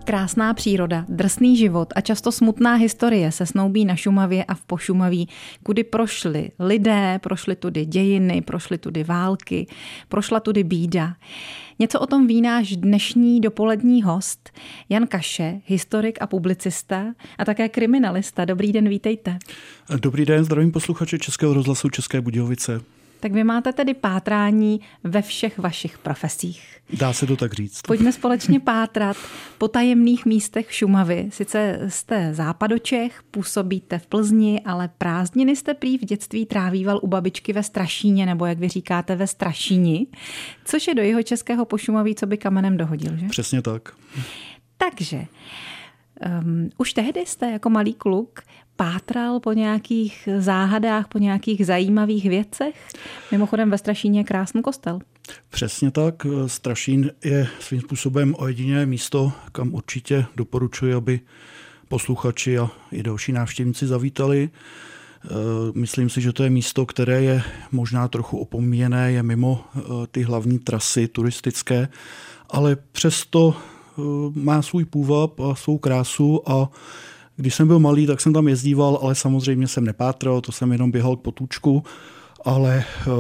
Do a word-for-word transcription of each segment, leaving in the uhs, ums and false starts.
Krásná příroda, drsný život a často smutná historie se snoubí na Šumavě a v Pošumaví, kudy prošli lidé, prošly tudy dějiny, prošly tudy války, prošla tudy bída. Něco o tom ví náš dnešní dopolední host, Jan Kaše, historik a publicista a také kriminalista. Dobrý den, vítejte. Dobrý den, zdravím posluchače Českého rozhlasu České Budějovice. Tak vy máte tedy pátrání ve všech vašich profesích. Dá se to tak říct. Pojďme společně pátrat po tajemných místech Šumavy. Sice jste západočech, působíte v Plzni, ale prázdniny jste prý v dětství trávíval u babičky ve Strašíně, nebo jak vy říkáte ve Strašíni, což je do Jihočeského Pošumaví, co by kamenem dohodil, že? Přesně tak. Takže um, už tehdy jste jako malý kluk pátral po nějakých záhadách, po nějakých zajímavých věcech? Mimochodem ve Strašíně je krásný kostel. Přesně tak. Strašín je svým způsobem ojedinělé místo, kam určitě doporučuji, aby posluchači a i další návštěvníci zavítali. Myslím si, že to je místo, které je možná trochu opomíjené, je mimo ty hlavní trasy turistické, ale přesto má svůj půvab a svou krásu a když jsem byl malý, tak jsem tam jezdíval, ale samozřejmě jsem nepátral, to jsem jenom běhal k potůčku, ale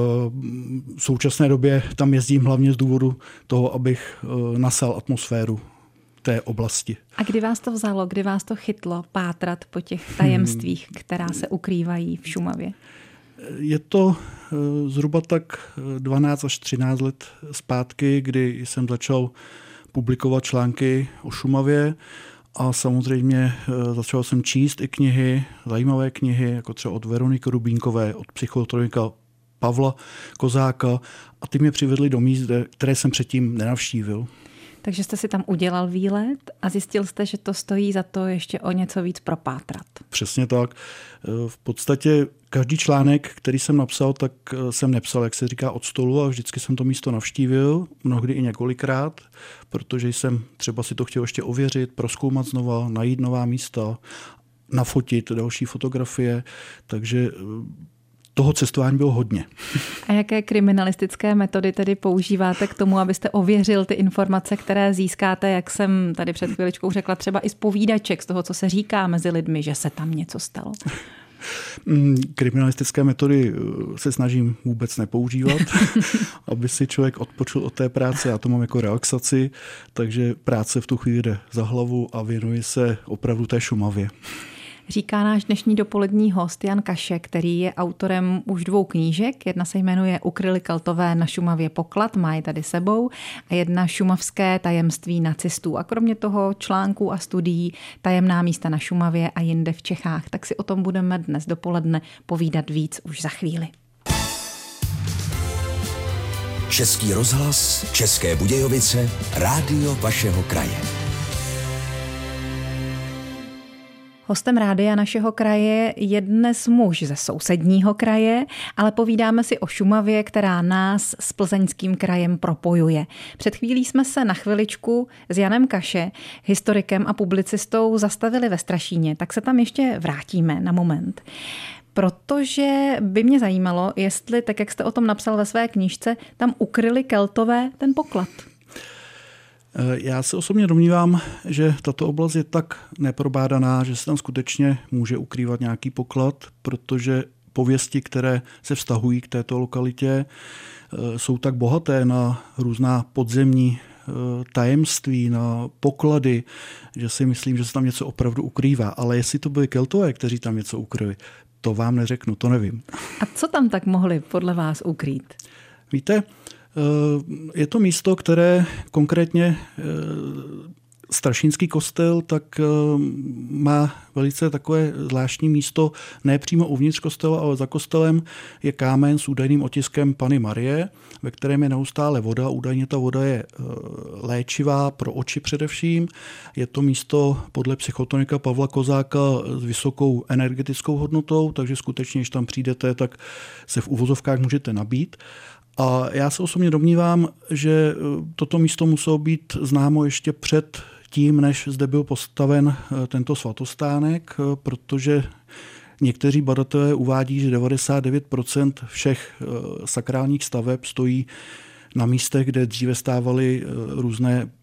v současné době tam jezdím hlavně z důvodu toho, abych nasal atmosféru té oblasti. A kdy vás to vzalo, kdy vás to chytlo pátrat po těch tajemstvích, která se ukrývají v Šumavě? Je to zhruba tak dvanáct až třináct let zpátky, kdy jsem začal publikovat články o Šumavě. A samozřejmě začal jsem číst i knihy, zajímavé knihy, jako třeba od Veroniky Rubínkové, od psychotronika Pavla Kozáka a ty mě přivedly do míst, které jsem předtím nenavštívil. Takže jste si tam udělal výlet a zjistil jste, že to stojí za to ještě o něco víc propátrat. Přesně tak. V podstatě každý článek, který jsem napsal, tak jsem nepsal, jak se říká, od stolu a vždycky jsem to místo navštívil, mnohdy i několikrát, protože jsem třeba si to chtěl ještě ověřit, prozkoumat znova, najít nová místa, nafotit další fotografie, takže toho cestování bylo hodně. A jaké kriminalistické metody tedy používáte k tomu, abyste ověřil ty informace, které získáte, jak jsem tady před chviličkou řekla, třeba i z povídaček, z toho, co se říká mezi lidmi, že se tam něco stalo? Kriminalistické metody se snažím vůbec nepoužívat, aby si člověk odpočul od té práce. Já to mám jako relaxaci, takže práce v tu chvíli jde za hlavu a věnuji se opravdu té Šumavě. Říká náš dnešní dopolední host Jan Kaše, který je autorem už dvou knížek. Jedna se jmenuje Ukryli Keltové na Šumavě poklad, má ji tady sebou, a jedna Šumavské tajemství nacistů. A kromě toho článků a studií Tajemná místa na Šumavě a jinde v Čechách. Tak si o tom budeme dnes dopoledne povídat víc už za chvíli. Český rozhlas, České Budějovice, rádio vašeho kraje. Hostem rádia našeho kraje je dnes muž ze sousedního kraje, ale povídáme si o Šumavě, která nás s Plzeňským krajem propojuje. Před chvílí jsme se na chviličku s Janem Kaše, historikem a publicistou, zastavili ve Strašíně, tak se tam ještě vrátíme na moment. Protože by mě zajímalo, jestli, tak jak jste o tom napsal ve své knížce, tam ukryli Keltové ten poklad. Já se osobně domnívám, že tato oblast je tak neprobádaná, že se tam skutečně může ukrývat nějaký poklad, protože pověsti, které se vztahují k této lokalitě, jsou tak bohaté na různá podzemní tajemství, na poklady, že si myslím, že se tam něco opravdu ukrývá. Ale jestli to byli Keltové, kteří tam něco ukryli, to vám neřeknu, to nevím. A co tam tak mohli podle vás ukrýt? Víte, je to místo, které konkrétně Strašínský kostel tak má velice takové zvláštní místo, ne přímo uvnitř kostela, ale za kostelem je kámen s údajným otiskem Panny Marie, ve kterém je neustále voda. Údajně ta voda je léčivá pro oči především. Je to místo podle psychotonika Pavla Kozáka s vysokou energetickou hodnotou, takže skutečně, když tam přijdete, tak se v uvozovkách můžete nabít. A já se osobně domnívám, že toto místo muselo být známo ještě před tím, než zde byl postaven tento svatostánek, protože někteří badatelé uvádí, že devadesát devět procent všech sakrálních staveb stojí na místech, kde dříve stávaly různé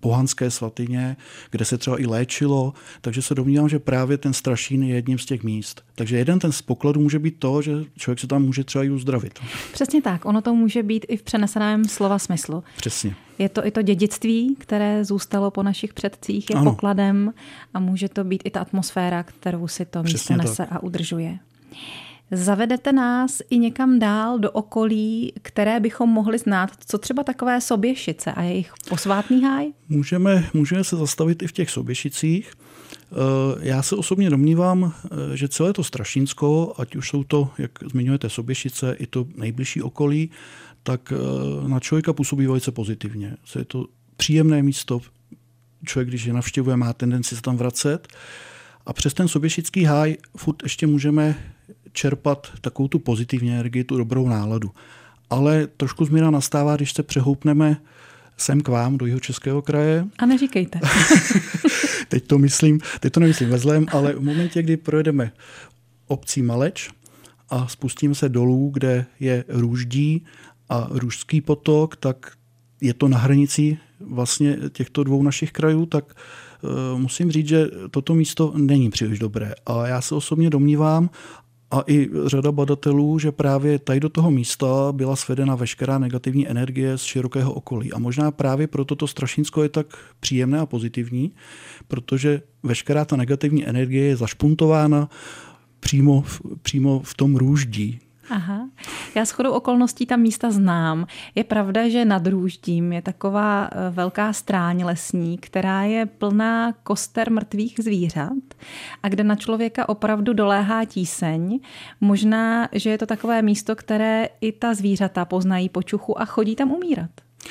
pohanské svatyně, kde se třeba i léčilo, takže se domnívám, že právě ten Strašín je jedním z těch míst. Takže jeden ten z pokladů může být to, že člověk se tam může třeba i uzdravit. Přesně tak, ono to může být i v přeneseném slova smyslu. Přesně. Je to i to dědictví, které zůstalo po našich předcích, je ano. pokladem a může to být i ta atmosféra, kterou si to místo Přesně nese tak. a udržuje. Zavedete nás i někam dál do okolí, které bychom mohli znát, co třeba takové Soběšice a jejich posvátný háj? Můžeme, můžeme se zastavit i v těch Soběšicích. Já se osobně domnívám, že celé to Strašínsko, ať už jsou to, jak zmiňujete, Soběšice, i to nejbližší okolí, tak na člověka působí velice pozitivně. Je to příjemné místo, člověk, když je navštěvuje, má tendenci se tam vracet. A přes ten Soběšický háj furt ještě můžeme čerpat takovou tu pozitivní energii, tu dobrou náladu. Ale trošku změna nastává, když se přehoupneme sem k vám do Jihočeského kraje. A neříkejte. teď to myslím, teď to nemyslím ve zlém, ale v momentě, kdy projedeme obcí Maleč a spustíme se dolů, kde je Růždí a Růžský potok, tak je to na hranici vlastně těchto dvou našich krajů, tak uh, musím říct, že toto místo není příliš dobré. A já se osobně domnívám, a i řada badatelů, že právě tady do toho místa byla svedena veškerá negativní energie z širokého okolí. A možná právě proto to Strašínsko je tak příjemné a pozitivní, protože veškerá ta negativní energie je zašpuntována přímo, přímo v tom Růždí. Aha. Já shodou okolností tam místa znám. Je pravda, že nad Růždím je taková velká stráň lesní, která je plná koster mrtvých zvířat a kde na člověka opravdu doléhá tíseň. Možná, že je to takové místo, které i ta zvířata poznají po čuchu a chodí tam umírat.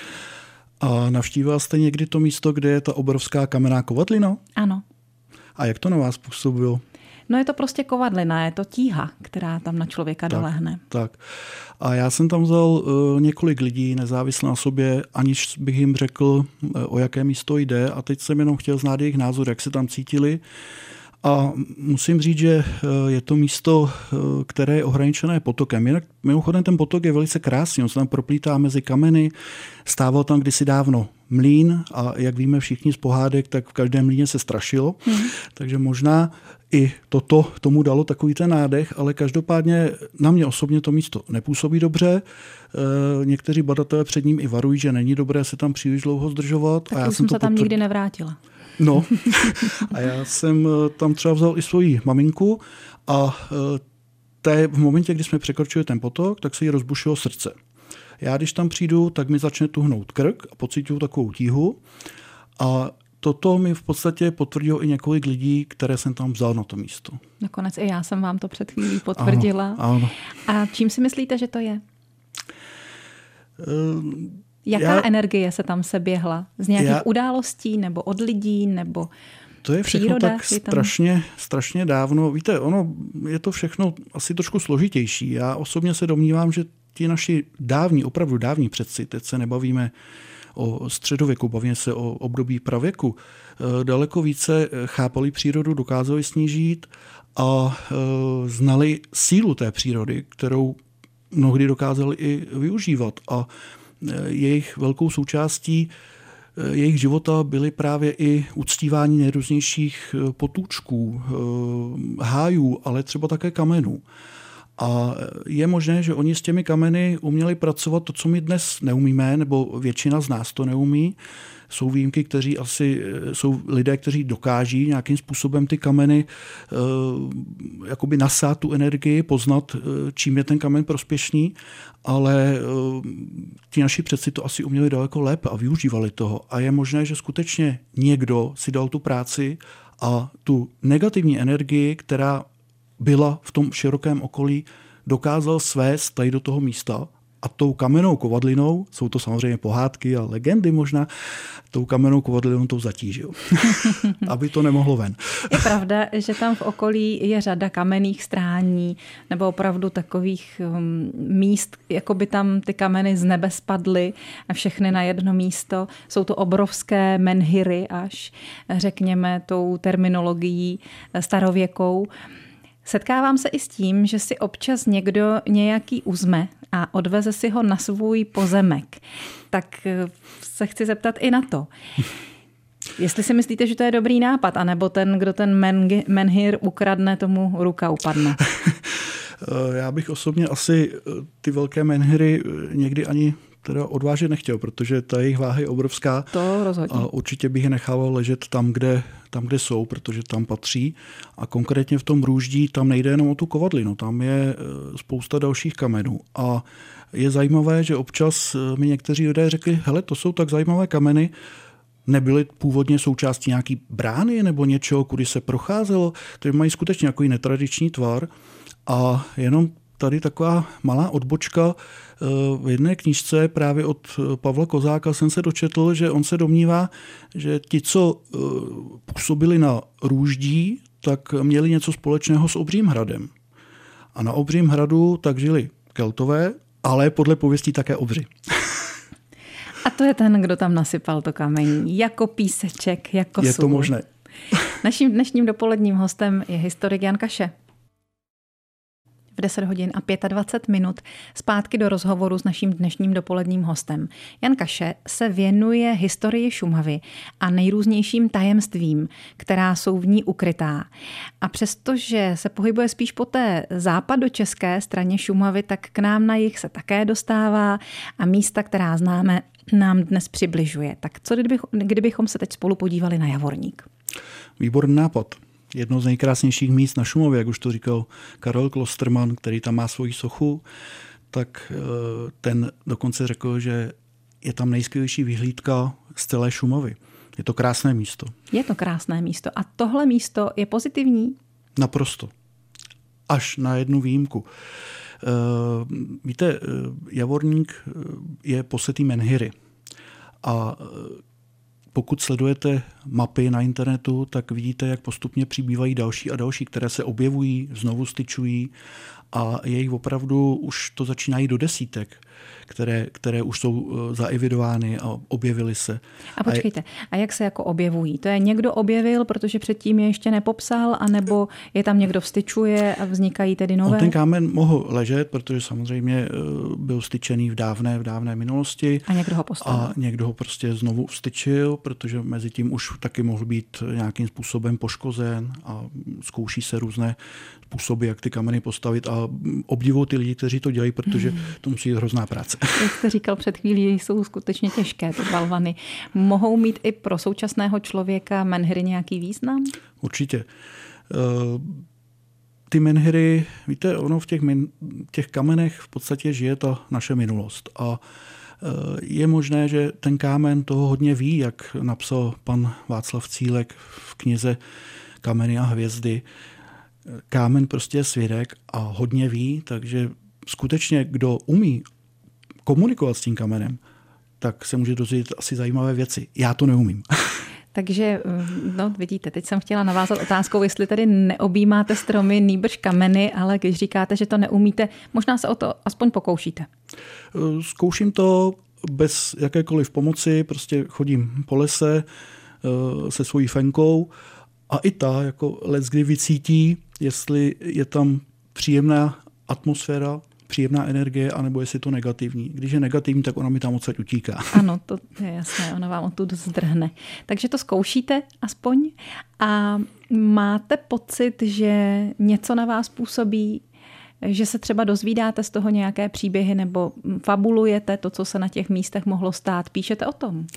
A navštívila jste někdy to místo, kde je ta obrovská kamenná kovadlina? Ano. A jak to na vás působilo? No je to prostě kovadlina, je to tíha, která tam na člověka tak, dolehne. Tak. A já jsem tam vzal uh, několik lidí nezávisle na sobě, aniž bych jim řekl, uh, o jaké místo jde. A teď jsem jenom chtěl znát jejich názor, jak se tam cítili. A musím říct, že je to místo, které je ohraničené potokem. Jinak mimochodem ten potok je velice krásný, on se tam proplítá mezi kameny, stával tam kdysi dávno mlýn a jak víme všichni z pohádek, tak v každém mlýně se strašilo. Hmm. Takže možná i toto tomu dalo takový ten nádech, ale každopádně na mě osobně to místo nepůsobí dobře. Někteří badatelé před ním i varují, že není dobré se tam příliš dlouho zdržovat. Tak a já už jsem se tam potr... nikdy nevrátila. No a já jsem tam třeba vzal i svoji maminku a té, v momentě, kdy jsme překročili ten potok, tak se jí rozbušilo srdce. Já když tam přijdu, tak mi začne tuhnout krk a pocituju takovou tíhu a toto mi v podstatě potvrdilo i několik lidí, které jsem tam vzal na to místo. Nakonec i já jsem vám to před chvílí potvrdila. Ano, ano. A čím si myslíte, že to je? Uh, Jaká já, energie se tam seběhla? Z nějakých já, událostí nebo od lidí nebo to je všechno příroda, tak strašně, strašně dávno. Víte, ono je to všechno asi trošku složitější. Já osobně se domnívám, že ti naši dávní, opravdu dávní předci, teď se nebavíme o středověku, bavíme se o období pravěku, daleko více chápali přírodu, dokázali s ní žít a znali sílu té přírody, kterou mnohdy dokázali i využívat. A jejich velkou součástí jejich života byly právě i uctívání nejrůznějších potůčků, hájů, ale třeba také kamenů. A je možné, že oni s těmi kameny uměli pracovat to, co my dnes neumíme, nebo většina z nás to neumí. Jsou výjimky, kteří asi jsou lidé, kteří dokáží nějakým způsobem ty kameny uh, jakoby nasát tu energii, poznat, uh, čím je ten kamen prospěšný, ale uh, ti naši předci to asi uměli daleko lépe a využívali toho. A je možné, že skutečně někdo si dal tu práci a tu negativní energii, která byla v tom širokém okolí, dokázal svést tady do toho místa a tou kamennou kovadlinou, jsou to samozřejmě pohádky a legendy možná, tou kamennou kovadlinou to zatížil, aby to nemohlo ven. Je pravda, že tam v okolí je řada kamenných strání nebo opravdu takových um, míst, jako by tam ty kameny z nebe spadly a všechny na jedno místo. Jsou to obrovské menhiry až, řekněme, tou terminologií starověkou. Setkávám se i s tím, že si občas někdo nějaký uzme a odveze si ho na svůj pozemek. Tak se chci zeptat i na to. Jestli si myslíte, že to je dobrý nápad, anebo ten, kdo ten men- menhir ukradne, tomu ruka upadne. Já bych osobně asi ty velké menhiry někdy ani teda odvážet nechtěl, protože ta jejich váha je obrovská. To rozhodně. A určitě bych je nechával ležet tam kde, tam, kde jsou, protože tam patří. A konkrétně v tom Růždí tam nejde jenom o tu kovadlinu, tam je spousta dalších kamenů. A je zajímavé, že občas mi někteří lidé řekli, hele, to jsou tak zajímavé kameny, nebyly původně součástí nějaký brány nebo něčeho, kudy se procházelo, to mají skutečně nějaký netradiční tvar. A jenom tady taková malá odbočka v jedné knížce právě od Pavla Kozáka jsem se dočetl, že on se domnívá, že ti, co působili na Růždí, tak měli něco společného s Obřím hradem. A na Obřím hradu tak žili Keltové, ale podle pověstí také Obři. A to je ten, kdo tam nasypal to kamení. Jako píseček, jako sůl. Je to možné. Naším dnešním dopoledním hostem je historik Jan Kaše. V deset hodin a dvacet pět minut zpátky do rozhovoru s naším dnešním dopoledním hostem. Jan Kaše se věnuje historii Šumavy a nejrůznějším tajemstvím, která jsou v ní ukrytá. A přestože se pohybuje spíš po té západočeské straně Šumavy, tak k nám na jih se také dostává a místa, která známe, nám dnes přibližuje. Tak co kdybych, kdybychom se teď spolu podívali na Javorník? Výborný nápad. Jedno z nejkrásnějších míst na Šumavě, jak už to říkal Karel Klosterman, který tam má svoji sochu, tak ten dokonce řekl, že je tam nejskvělejší vyhlídka z celé Šumavy. Je to krásné místo. Je to krásné místo. A tohle místo je pozitivní? Naprosto. Až na jednu výjimku. Víte, Javorník je posetý menhiry. A pokud sledujete mapy na internetu, tak vidíte, jak postupně přibývají další a další, které se objevují, znovu styčují a je jich opravdu, už to začínají do desítek, které, které už jsou zaevidovány a objevily se. A počkejte, a jak se jako objevují? To je někdo objevil, protože předtím je ještě nepopsal, anebo je tam někdo vstyčuje a vznikají tedy nové? On ten kámen mohl ležet, protože samozřejmě byl styčený v dávné, v dávné minulosti. A někdo ho postavil. A někdo ho prostě znovu vstyčil, protože mezi tím už taky mohl být nějakým způsobem poškozen a zkouší se různé způsoby, jak ty kameny postavit a obdivují ty lidi, kteří to dělají, protože to musí být hrozná práce. Jak jste říkal před chvílí, jsou skutečně těžké ty balvany. Mohou mít i pro současného člověka menhiry nějaký význam? Určitě. Ty menhiry, víte, ono v těch, min, těch kamenech v podstatě žije ta naše minulost a je možné, že ten kámen toho hodně ví, jak napsal pan Václav Cílek v knize Kameny a hvězdy. Kámen prostě je svědek a hodně ví, takže skutečně, kdo umí komunikovat s tím kamenem, tak se může dozvědět asi zajímavé věci. Já to neumím. Takže, no vidíte, teď jsem chtěla navázat otázkou, jestli tady neobjímáte stromy, nýbrž kameny, ale když říkáte, že to neumíte, možná se o to aspoň pokoušíte. Zkouším to bez jakékoliv pomoci, prostě chodím po lese se svojí fenkou a i ta jako leckdy vycítí, jestli je tam příjemná atmosféra, příjemná energie, anebo jestli je to negativní. Když je negativní, tak ona mi tam odsaď utíká. Ano, to je jasné, ona vám odtud zdrhne. Takže to zkoušíte aspoň a máte pocit, že něco na vás působí, že se třeba dozvídáte z toho nějaké příběhy nebo fabulujete to, co se na těch místech mohlo stát. Píšete o tom?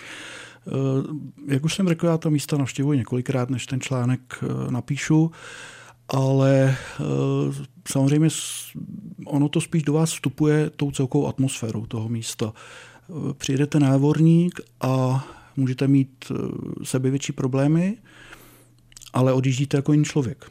Jak už jsem řekl, já ta místa navštěvuji několikrát, než ten článek napíšu, ale samozřejmě ono to spíš do vás vstupuje tou celkovou atmosférou toho místa. Přijedete na Javorník a můžete mít sebevětší problémy, ale odjíždíte jako jiný člověk.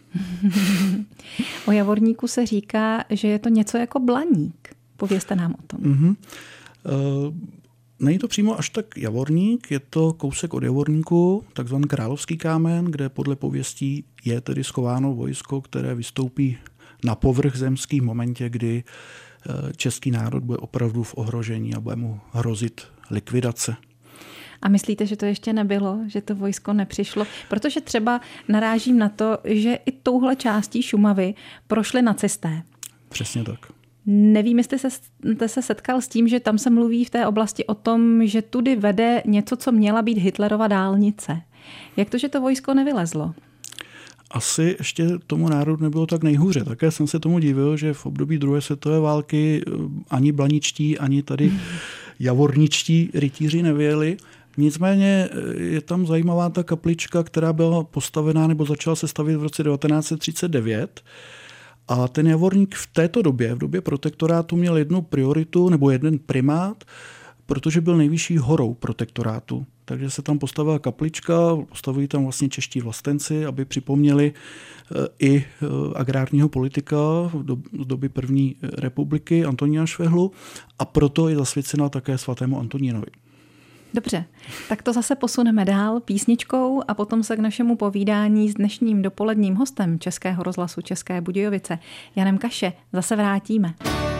O Javorníku se říká, že je to něco jako Blaník. Povězte nám o tom. Mm-hmm. Uh, Není to přímo až tak Javorník, je to kousek od Javorníku, takzvaný Královský kámen, kde podle pověstí je tedy schováno vojsko, které vystoupí na povrch zemský v momentě, kdy český národ bude opravdu v ohrožení a bude mu hrozit likvidace. A myslíte, že to ještě nebylo, že to vojsko nepřišlo? Protože třeba narážím na to, že i touhle částí Šumavy prošli nacisté. Přesně tak. Nevím, jestli jste se setkal s tím, že tam se mluví v té oblasti o tom, že tudy vede něco, co měla být Hitlerova dálnice. Jak to, že to vojsko nevylezlo? Asi ještě tomu národu nebylo tak nejhůře. Také jsem se tomu divil, že v období druhé světové války ani blaničtí, ani tady javorničtí rytíři nevyjeli. Nicméně je tam zajímavá ta kaplička, která byla postavená nebo začala se stavět v roce devatenáct set třicet devět. A ten Javorník v této době, v době protektorátu, měl jednu prioritu nebo jeden primát, protože byl nejvyšší horou protektorátu. Takže se tam postavila kaplička, postavili tam vlastně čeští vlastenci, aby připomněli i agrárního politika z doby první republiky Antonína Švehlu, a proto je zasvěcena také svatému Antonínovi. Dobře, tak to zase posuneme dál písničkou a potom se k našemu povídání s dnešním dopoledním hostem Českého rozhlasu České Budějovice, Janem Kaše, zase vrátíme.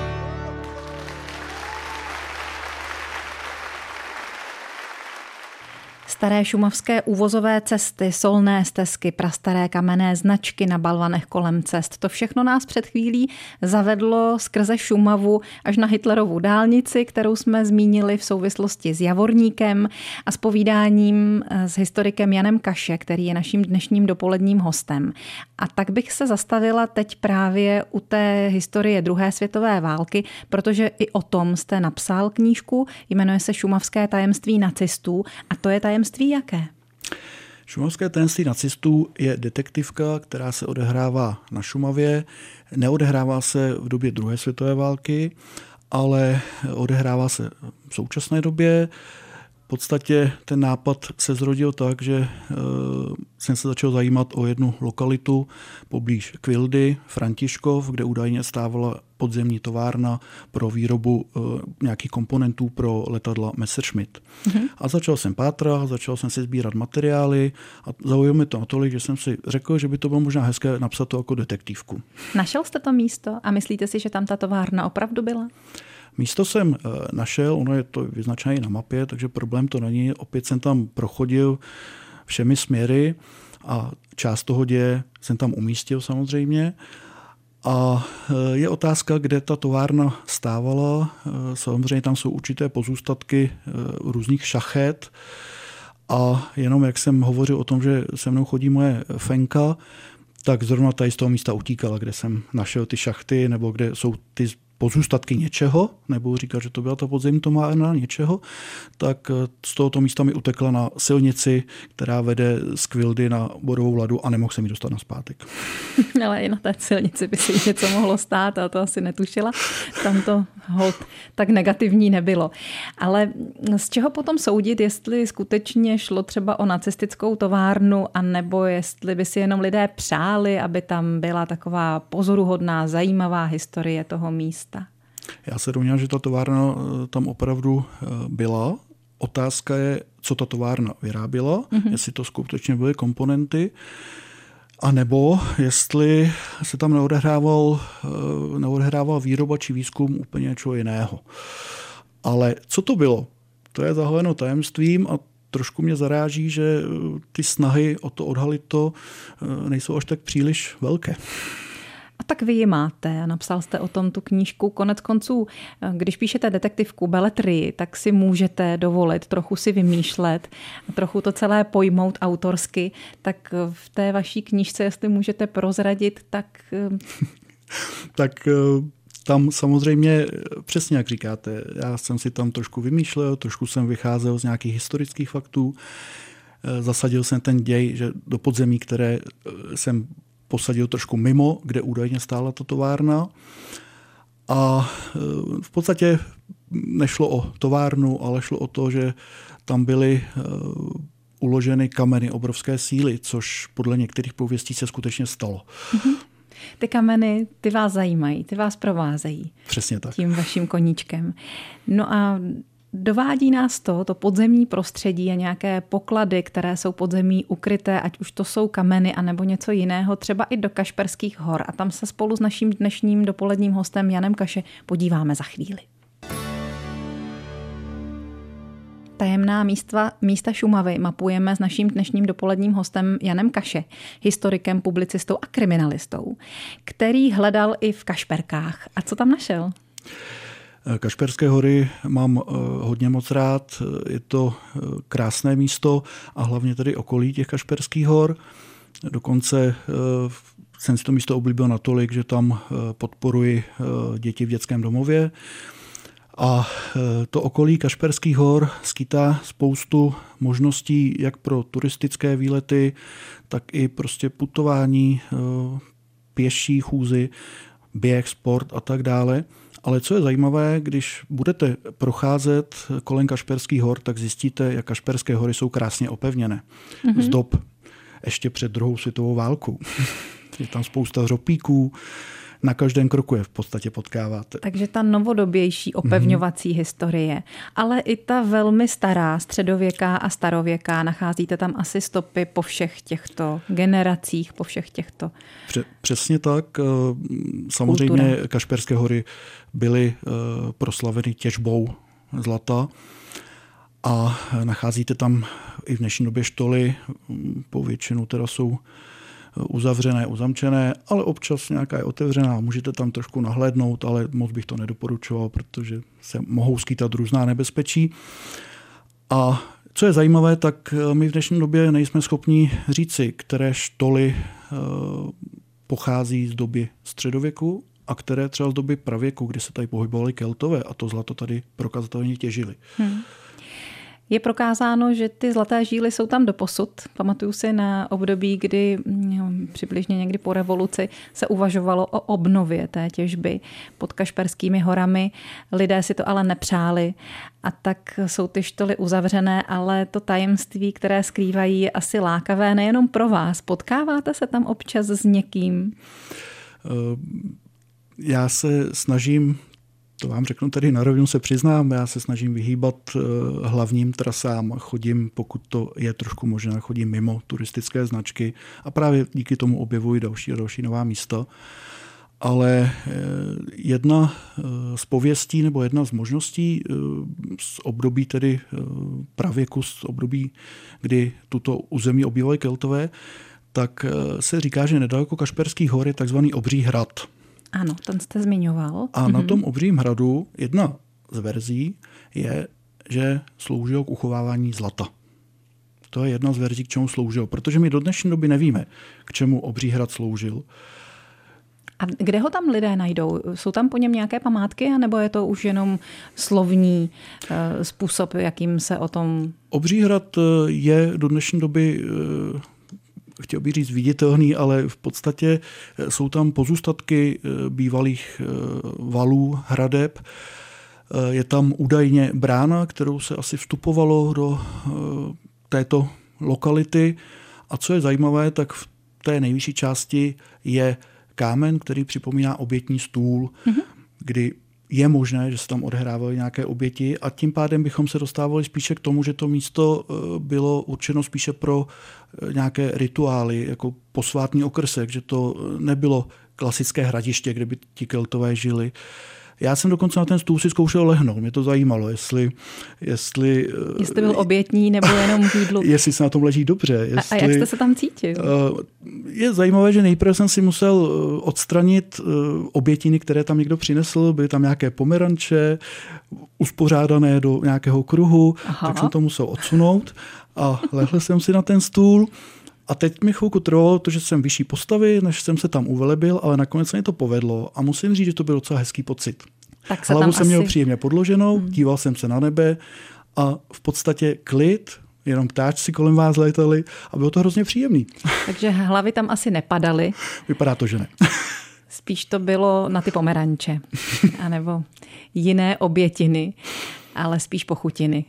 Staré šumavské úvozové cesty, solné stezky, prastaré kamenné značky na balvanech kolem cest. To všechno nás před chvílí zavedlo skrze Šumavu až na Hitlerovu dálnici, kterou jsme zmínili v souvislosti s Javorníkem a s povídáním s historikem Janem Kaše, který je naším dnešním dopoledním hostem. A tak bych se zastavila teď právě u té historie druhé světové války, protože i o tom jste napsal knížku, jmenuje se Šumavské tajemství nacistů a to je tajemství jaké? Šumavské tajemství nacistů je detektivka, která se odehrává na Šumavě. Neodehrává se v době druhé světové války, ale odehrává se v současné době. V podstatě ten nápad se zrodil tak, že jsem se začal zajímat o jednu lokalitu poblíž Kvildy, Františkov, kde údajně stávala podzemní továrna pro výrobu nějakých komponentů pro letadla Messerschmitt. Mm-hmm. A začal jsem pátrat, začal jsem si sbírat materiály a zaujalo mi to natolik, že jsem si řekl, že by to bylo možná hezké napsat to jako detektivku. Našel jste to místo a myslíte si, že tam ta továrna opravdu byla? Místo jsem našel, ono je to vyznačené na mapě, takže problém to není. Opět jsem tam prochodil všemi směry a část toho děje jsem tam umístil samozřejmě. A je otázka, kde ta továrna stávala. Samozřejmě tam jsou určité pozůstatky různých šachet a jenom jak jsem hovořil o tom, že se mnou chodí moje fenka, tak zrovna tady z toho místa utíkala, kde jsem našel ty šachty nebo kde jsou ty pozůstatky něčeho, nebo říkat, že to byla ta podzemní továrna něčeho, tak z tohoto místa mi utekla na silnici, která vede z Kvildy na Borovou Ladu a nemohl jsem ji dostat nazpátek. Ale i na té silnici by si něco mohlo stát a to asi netušila. Tam to hold tak negativní nebylo. Ale z čeho potom soudit, jestli skutečně šlo třeba o nacistickou továrnu, anebo jestli by si jenom lidé přáli, aby tam byla taková pozoruhodná, zajímavá historie toho místa? Já se domnívám, že ta továrna tam opravdu byla. Otázka je, co ta továrna vyráběla, mm-hmm. jestli to skutečně byly komponenty, a nebo jestli se tam neodehrával, neodehrával výroba či výzkum úplně něčeho jiného. Ale co to bylo? To je zahaleno tajemstvím a trošku mě zaráží, že ty snahy o to odhalit to nejsou až tak příliš velké. A tak vy ji máte a napsal jste o tom tu knížku. Konec konců, když píšete detektivku, beletrii, tak si můžete dovolit trochu si vymýšlet a trochu to celé pojmout autorsky. Tak v té vaší knížce, jestli můžete prozradit, tak... tak tam samozřejmě, přesně jak říkáte, já jsem si tam trošku vymýšlel, trošku jsem vycházel z nějakých historických faktů, zasadil jsem ten děj, že do podzemí, které jsem posadil trošku mimo, kde údajně stála ta továrna. A v podstatě nešlo o továrnu, ale šlo o to, že tam byly uloženy kameny obrovské síly, což podle některých pověstí se skutečně stalo. Mm-hmm. Ty kameny, ty vás zajímají, ty vás provázejí. Přesně tak. Tím vaším koníčkem. No a dovádí nás to, to podzemní prostředí a nějaké poklady, které jsou podzemí ukryté, ať už to jsou kameny anebo něco jiného, třeba i do Kašperských hor. A tam se spolu s naším dnešním dopoledním hostem Janem Kaše podíváme za chvíli. tajemná místa, místa Šumavy mapujeme s naším dnešním dopoledním hostem Janem Kaše, historikem, publicistou a kriminalistou, který hledal i v Kašperkách. A co tam našel? Kašperské hory mám hodně moc rád, je to krásné místo a hlavně tedy okolí těch Kašperských hor. Dokonce jsem si to místo oblíbil natolik, že tam podporuji děti v dětském domově. A to okolí Kašperských hor skýtá spoustu možností jak pro turistické výlety, tak i prostě putování, pěší chůzy, běh, sport a tak dále. Ale co je zajímavé, když budete procházet kolem Kašperských hor, tak zjistíte, jak Kašperské hory jsou krásně opevněné. Mm-hmm. Z dob ještě před druhou světovou válkou. Je tam spousta hřopíků, na každém kroku je v podstatě potkáváte. Takže ta novodobější opevňovací mm-hmm. historie, ale i ta velmi stará, středověká a starověká, nacházíte tam asi stopy po všech těchto generacích, po všech těchto... Přesně tak. Samozřejmě kultura. Kašperské hory byly proslaveny těžbou zlata a nacházíte tam i v dnešní době štoly, po většinu teda jsou uzavřené, uzamčené, ale občas nějaká je otevřená. Můžete tam trošku nahlédnout, ale moc bych to nedoporučoval, protože se mohou skýtat různá nebezpečí. A co je zajímavé, tak my v dnešní době nejsme schopni říci, které štoly pochází z doby středověku a které třeba z doby pravěku, kdy se tady pohybovali Keltové a to zlato tady prokazatelně těžili. Hmm. Je prokázáno, že ty zlaté žíly jsou tam doposud. Pamatuju si na období, kdy jo, přibližně někdy po revoluci se uvažovalo o obnově té těžby pod Kašperskými horami. Lidé si to ale nepřáli a tak jsou ty štoly uzavřené, ale to tajemství, které skrývají, je asi lákavé nejenom pro vás. Potkáváte se tam občas s někým? Já se snažím... To vám řeknu tady na rovinu, se přiznám, já se snažím vyhýbat hlavním trasám, chodím, pokud to je trošku možné, chodím mimo turistické značky a právě díky tomu objevuji další a další nová místa. Ale jedna z pověstí nebo jedna z možností z období tedy pravěku, z období, kdy tuto území obývali Keltové, tak se říká, že nedaleko Kašperských hor je takzvaný Obří hrad. Ano, ten jste zmiňoval. A mm-hmm. na tom Obřím hradu jedna z verzí je, že sloužil k uchovávání zlata. To je jedna z verzí, k čemu sloužil, protože my do dnešní doby nevíme, k čemu Obří hrad sloužil. A kde ho tam lidé najdou? Jsou tam po něm nějaké památky, anebo je to už jenom slovní uh, způsob, jakým se o tom... Obří hrad je do dnešní doby... Uh, chtěl bych říct viditelný, ale v podstatě jsou tam pozůstatky bývalých valů, hradeb. Je tam údajně brána, kterou se asi vstupovalo do této lokality. A co je zajímavé, tak v té nejvyšší části je kámen, který připomíná obětní stůl, mm-hmm. kdy je možné, že se tam odehrávaly nějaké oběti a tím pádem bychom se dostávali spíše k tomu, že to místo bylo určeno spíše pro nějaké rituály, jako posvátný okrsek, že to nebylo klasické hradiště, kde by ti Keltové žili. Já jsem dokonce na ten stůl si zkoušel lehnout, mě to zajímalo, jestli... Jestli, jestli byl obětní nebo jenom v jídlu. Jestli se na tom leží dobře. Jestli, a, a jak jste se tam cítil? Je zajímavé, že nejprve jsem si musel odstranit obětiny, které tam někdo přinesl, byly tam nějaké pomeranče, uspořádané do nějakého kruhu, Aha. tak jsem to musel odsunout a lehl jsem si na ten stůl. A teď mi chvilku trvalo to, že jsem vyšší postavy, než jsem se tam uvelebil, ale nakonec se mi to povedlo a musím říct, že to byl docela hezký pocit. Tak se Hlavu tam jsem asi... měl příjemně podloženou, hmm. díval jsem se na nebe a v podstatě klid, jenom ptáčci kolem vás létali a bylo to hrozně příjemný. Takže hlavy tam asi nepadaly. Vypadá to, že ne. Spíš to bylo na ty pomeranče, anebo jiné obětiny, ale spíš pochutiny.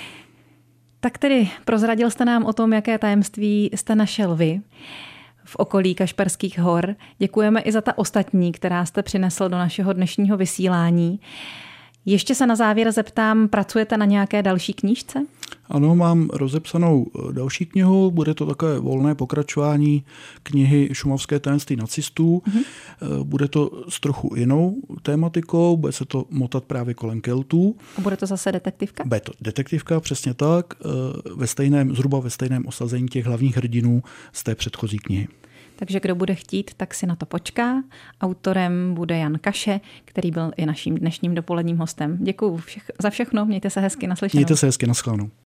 Tak tedy prozradil jste nám o tom, jaké tajemství jste našel vy v okolí Kašperských hor. Děkujeme i za ta ostatní, která jste přinesl do našeho dnešního vysílání. Ještě se na závěr zeptám, pracujete na nějaké další knížce? Ano, mám rozepsanou další knihu, bude to takové volné pokračování knihy Šumavské tajemství nacistů. Mm-hmm. Bude to s trochu jinou tématikou, bude se to motat právě kolem Keltů. A bude to zase detektivka? Bude to detektivka, přesně tak, ve stejném, zhruba ve stejném osazení těch hlavních hrdinů z té předchozí knihy. Takže kdo bude chtít, tak si na to počká. Autorem bude Jan Kaše, který byl i naším dnešním dopoledním hostem. Děkuju všech, za všechno, mějte se hezky, naslyšenou. Mějte se hezky, naschledanou.